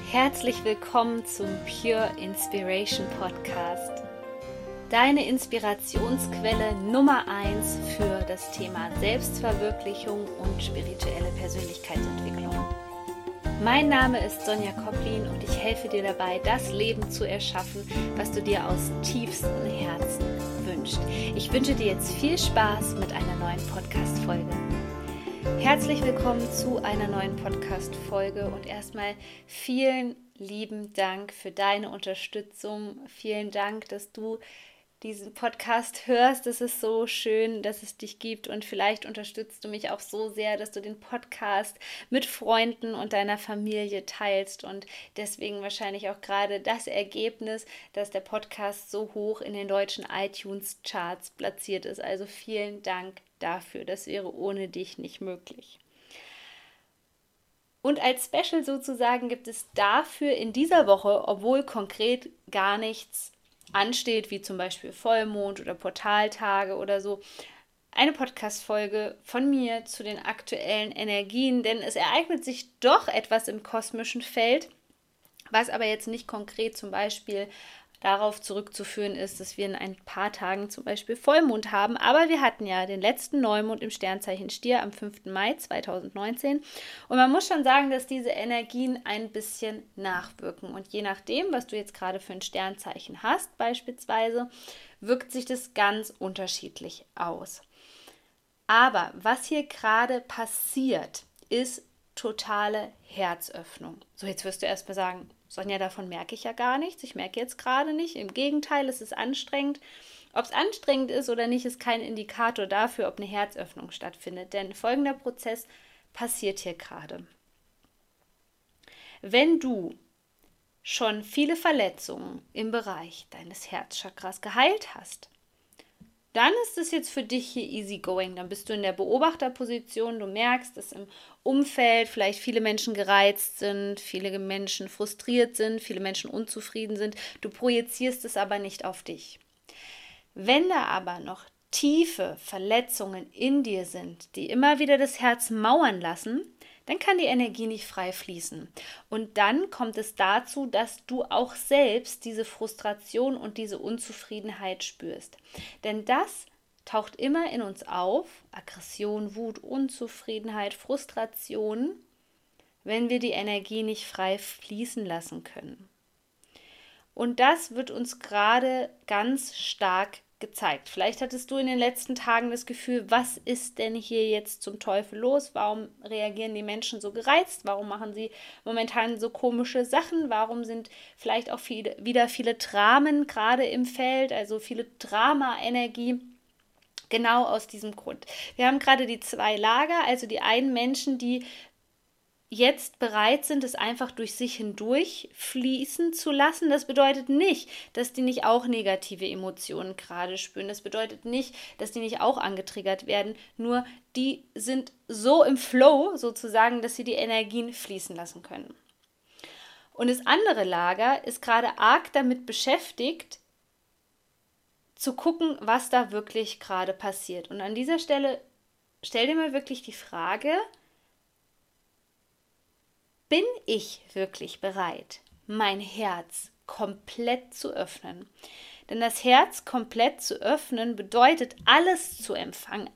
Herzlich willkommen zum Pure Inspiration Podcast. Deine Inspirationsquelle Nummer 1 für das Thema Selbstverwirklichung und spirituelle Persönlichkeitsentwicklung. Mein Name ist Sonja Koplin und ich helfe dir dabei, das Leben zu erschaffen, was du dir aus tiefstem Herzen wünschst. Ich wünsche dir jetzt viel Spaß mit einer neuen Podcast-Folge. Herzlich willkommen zu einer neuen Podcast-Folge und erstmal vielen lieben Dank für deine Unterstützung. Vielen Dank, dass du diesen Podcast hörst. Es ist so schön, dass es dich gibt und vielleicht unterstützt du mich auch so sehr, dass du den Podcast mit Freunden und deiner Familie teilst und deswegen wahrscheinlich auch gerade das Ergebnis, dass der Podcast so hoch in den deutschen iTunes-Charts platziert ist. Also vielen Dank dafür. Das wäre ohne dich nicht möglich. Und als Special sozusagen gibt es dafür in dieser Woche, obwohl konkret gar nichts ansteht, wie zum Beispiel Vollmond oder Portaltage oder so, eine Podcast-Folge von mir zu den aktuellen Energien, denn es ereignet sich doch etwas im kosmischen Feld, was aber jetzt nicht konkret zum Beispiel darauf zurückzuführen ist, dass wir in ein paar Tagen zum Beispiel Vollmond haben. Aber wir hatten ja den letzten Neumond im Sternzeichen Stier am 5. Mai 2019. Und man muss schon sagen, dass diese Energien ein bisschen nachwirken. Und je nachdem, was du jetzt gerade für ein Sternzeichen hast, beispielsweise, wirkt sich das ganz unterschiedlich aus. Aber was hier gerade passiert, ist totale Herzöffnung. So, jetzt wirst du erstmal sagen, Sonja, davon merke ich ja gar nichts. Ich merke jetzt gerade nicht. Im Gegenteil, es ist anstrengend. Ob es anstrengend ist oder nicht, ist kein Indikator dafür, ob eine Herzöffnung stattfindet. Denn folgender Prozess passiert hier gerade. Wenn du schon viele Verletzungen im Bereich deines Herzchakras geheilt hast, dann ist es jetzt für dich hier easy going. Dann bist du in der Beobachterposition, du merkst, dass im Umfeld vielleicht viele Menschen gereizt sind, viele Menschen frustriert sind, viele Menschen unzufrieden sind. Du projizierst es aber nicht auf dich. Wenn da aber noch tiefe Verletzungen in dir sind, die immer wieder das Herz mauern lassen, dann kann die Energie nicht frei fließen. Und dann kommt es dazu, dass du auch selbst diese Frustration und diese Unzufriedenheit spürst. Denn das taucht immer in uns auf, Aggression, Wut, Unzufriedenheit, Frustration, wenn wir die Energie nicht frei fließen lassen können. Und das wird uns gerade ganz stark gezeigt. Vielleicht hattest du in den letzten Tagen das Gefühl, was ist denn hier jetzt zum Teufel los? Warum reagieren die Menschen so gereizt? Warum machen sie momentan so komische Sachen? Warum sind vielleicht auch wieder viele Dramen gerade im Feld, also viele Drama-Energie? Genau aus diesem Grund. Wir haben gerade die zwei Lager, also die einen Menschen, die jetzt bereit sind, es einfach durch sich hindurch fließen zu lassen. Das bedeutet nicht, dass die nicht auch negative Emotionen gerade spüren. Das bedeutet nicht, dass die nicht auch angetriggert werden. Nur die sind so im Flow sozusagen, dass sie die Energien fließen lassen können. Und das andere Lager ist gerade arg damit beschäftigt, zu gucken, was da wirklich gerade passiert. Und an dieser Stelle stell dir mal wirklich die Frage, bin ich wirklich bereit, mein Herz komplett zu öffnen? Denn das Herz komplett zu öffnen bedeutet, alles zu empfangen,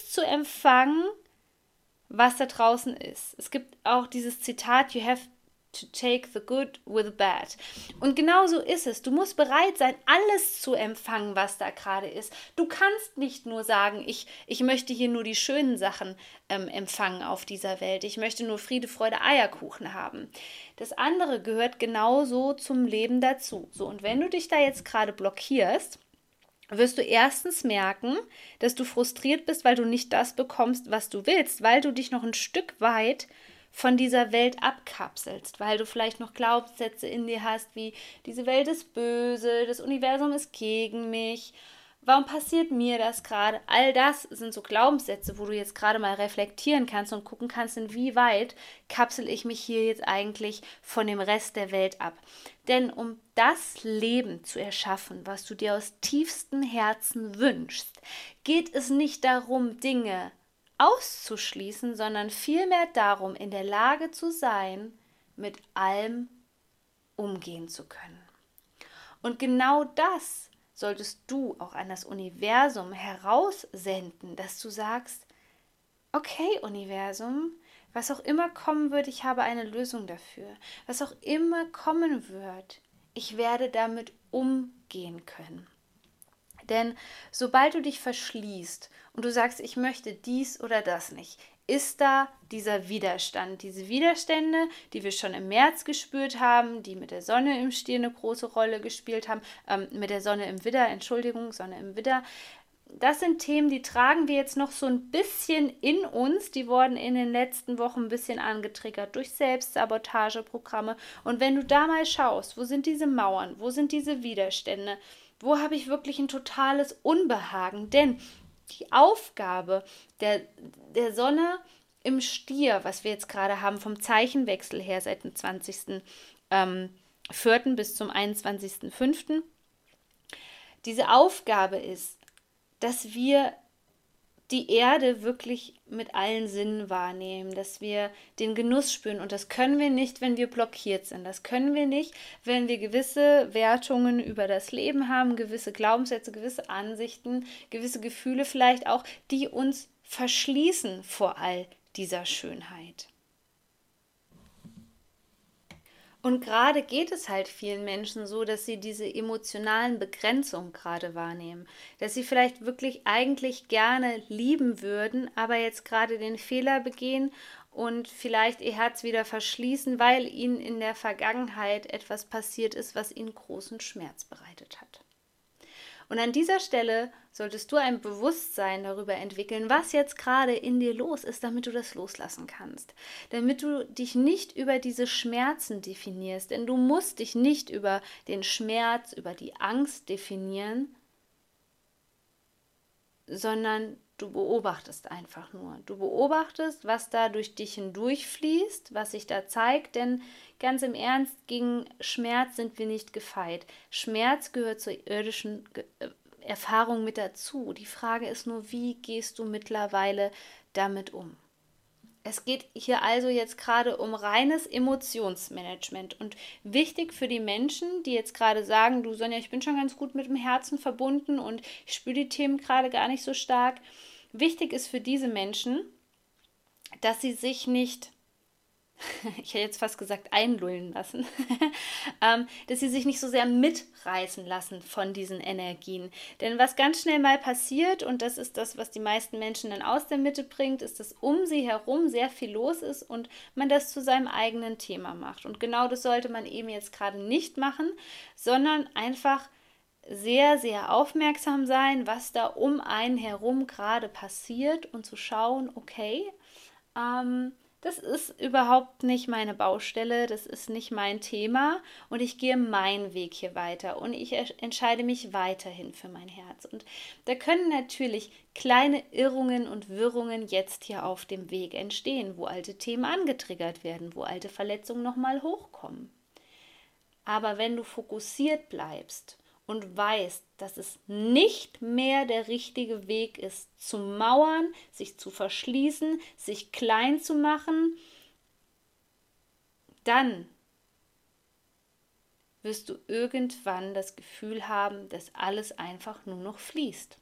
was da draußen ist. Es gibt auch dieses Zitat, you have to take the good with the bad. Und genau so ist es. Du musst bereit sein, alles zu empfangen, was da gerade ist. Du kannst nicht nur sagen, ich möchte hier nur die schönen Sachen empfangen auf dieser Welt. Ich möchte nur Friede, Freude, Eierkuchen haben. Das andere gehört genauso zum Leben dazu. So, und wenn du dich da jetzt gerade blockierst, wirst du erstens merken, dass du frustriert bist, weil du nicht das bekommst, was du willst, weil du dich noch ein Stück weit von dieser Welt abkapselst, weil du vielleicht noch Glaubenssätze in dir hast, wie diese Welt ist böse, das Universum ist gegen mich, warum passiert mir das gerade? All das sind so Glaubenssätze, wo du jetzt gerade mal reflektieren kannst und gucken kannst, inwieweit kapsel ich mich hier jetzt eigentlich von dem Rest der Welt ab. Denn um das Leben zu erschaffen, was du dir aus tiefstem Herzen wünschst, geht es nicht darum, Dinge auszuschließen, sondern vielmehr darum, in der Lage zu sein, mit allem umgehen zu können. Und genau das solltest du auch an das Universum heraussenden, dass du sagst, okay, Universum, was auch immer kommen wird, ich habe eine Lösung dafür. Was auch immer kommen wird, ich werde damit umgehen können. Denn sobald du dich verschließt und du sagst, ich möchte dies oder das nicht, ist da dieser Widerstand. Diese Widerstände, die wir schon im März gespürt haben, die mit der Sonne im Stier eine große Rolle gespielt haben, mit der Sonne im Widder, Sonne im Widder. Das sind Themen, die tragen wir jetzt noch so ein bisschen in uns. Die wurden in den letzten Wochen ein bisschen angetriggert durch Selbstsabotageprogramme. Und wenn du da mal schaust, wo sind diese Mauern, wo sind diese Widerstände, wo habe ich wirklich ein totales Unbehagen? Denn die Aufgabe der Sonne im Stier, was wir jetzt gerade haben, vom Zeichenwechsel her seit dem 20.04. bis zum 21.05., diese Aufgabe ist, dass wir die Erde wirklich mit allen Sinnen wahrnehmen, dass wir den Genuss spüren. Und das können wir nicht, wenn wir blockiert sind. Das können wir nicht, wenn wir gewisse Wertungen über das Leben haben, gewisse Glaubenssätze, gewisse Ansichten, gewisse Gefühle vielleicht auch, die uns verschließen vor all dieser Schönheit. Und gerade geht es halt vielen Menschen so, dass sie diese emotionalen Begrenzungen gerade wahrnehmen. Dass sie vielleicht wirklich eigentlich gerne lieben würden, aber jetzt gerade den Fehler begehen und vielleicht ihr Herz wieder verschließen, weil ihnen in der Vergangenheit etwas passiert ist, was ihnen großen Schmerz bereitet hat. Und an dieser Stelle solltest du ein Bewusstsein darüber entwickeln, was jetzt gerade in dir los ist, damit du das loslassen kannst. Damit du dich nicht über diese Schmerzen definierst, denn du musst dich nicht über den Schmerz, über die Angst definieren, sondern du beobachtest einfach nur. Du beobachtest, was da durch dich hindurchfließt, was sich da zeigt, denn ganz im Ernst, gegen Schmerz sind wir nicht gefeit. Schmerz gehört zur irdischen Erfahrung mit dazu. Die Frage ist nur, wie gehst du mittlerweile damit um? Es geht hier also jetzt gerade um reines Emotionsmanagement und wichtig für die Menschen, die jetzt gerade sagen, du Sonja, ich bin schon ganz gut mit dem Herzen verbunden und ich spüre die Themen gerade gar nicht so stark. Wichtig ist für diese Menschen, dass sie sich nicht, ich hätte jetzt fast gesagt, einlullen lassen, dass sie sich nicht so sehr mitreißen lassen von diesen Energien. Denn was ganz schnell mal passiert, und das ist das, was die meisten Menschen dann aus der Mitte bringt, ist, dass um sie herum sehr viel los ist und man das zu seinem eigenen Thema macht. Und genau das sollte man eben jetzt gerade nicht machen, sondern einfach sehr, sehr aufmerksam sein, was da um einen herum gerade passiert und zu schauen, okay, das ist überhaupt nicht meine Baustelle, das ist nicht mein Thema und ich gehe meinen Weg hier weiter und ich entscheide mich weiterhin für mein Herz. Und da können natürlich kleine Irrungen und Wirrungen jetzt hier auf dem Weg entstehen, wo alte Themen angetriggert werden, wo alte Verletzungen nochmal hochkommen. Aber wenn du fokussiert bleibst und weißt, dass es nicht mehr der richtige Weg ist, zu mauern, sich zu verschließen, sich klein zu machen, dann wirst du irgendwann das Gefühl haben, dass alles einfach nur noch fließt.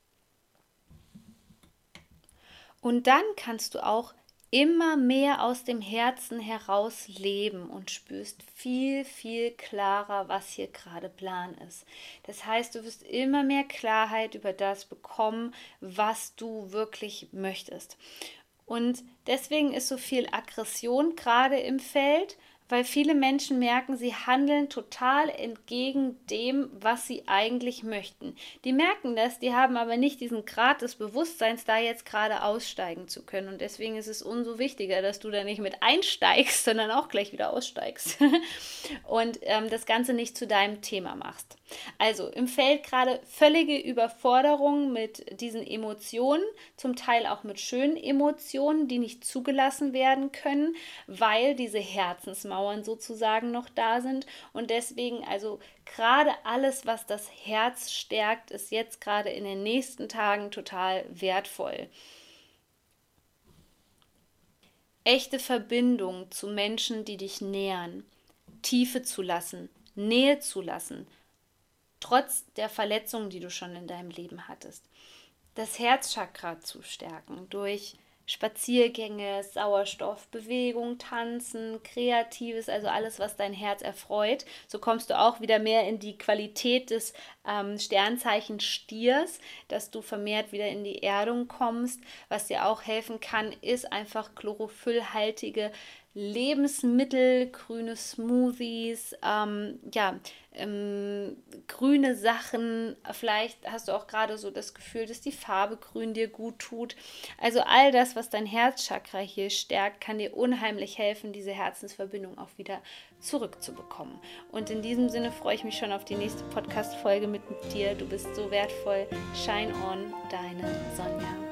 Und dann kannst du auch immer mehr aus dem Herzen heraus leben und spürst viel, viel klarer, was hier gerade Plan ist. Das heißt, du wirst immer mehr Klarheit über das bekommen, was du wirklich möchtest. Und deswegen ist so viel Aggression gerade im Feld, weil viele Menschen merken, sie handeln total entgegen dem, was sie eigentlich möchten. Die merken das, die haben aber nicht diesen Grad des Bewusstseins, da jetzt gerade aussteigen zu können. Und deswegen ist es umso wichtiger, dass du da nicht mit einsteigst, sondern auch gleich wieder aussteigst und das Ganze nicht zu deinem Thema machst. Also im Feld gerade völlige Überforderung mit diesen Emotionen, zum Teil auch mit schönen Emotionen, die nicht zugelassen werden können, weil diese Herzensmauern sozusagen noch da sind. Und deswegen also gerade alles, was das Herz stärkt, ist jetzt gerade in den nächsten Tagen total wertvoll. Echte Verbindung zu Menschen, die dich nähern. Tiefe zu lassen, Nähe zu lassen, trotz der Verletzungen, die du schon in deinem Leben hattest. Das Herzchakra zu stärken durch Spaziergänge, Sauerstoff, Bewegung, Tanzen, Kreatives, also alles, was dein Herz erfreut. So kommst du auch wieder mehr in die Qualität des Sternzeichen Stiers, dass du vermehrt wieder in die Erdung kommst. Was dir auch helfen kann, ist einfach chlorophyllhaltige Lebensmittel, grüne Smoothies, grüne Sachen. Vielleicht hast du auch gerade so das Gefühl, dass die Farbe grün dir gut tut. Also all das, was dein Herzchakra hier stärkt, kann dir unheimlich helfen, diese Herzensverbindung auch wieder zurückzubekommen. Und in diesem Sinne freue ich mich schon auf die nächste Podcast-Folge mit dir. Du bist so wertvoll. Shine on, deine Sonja.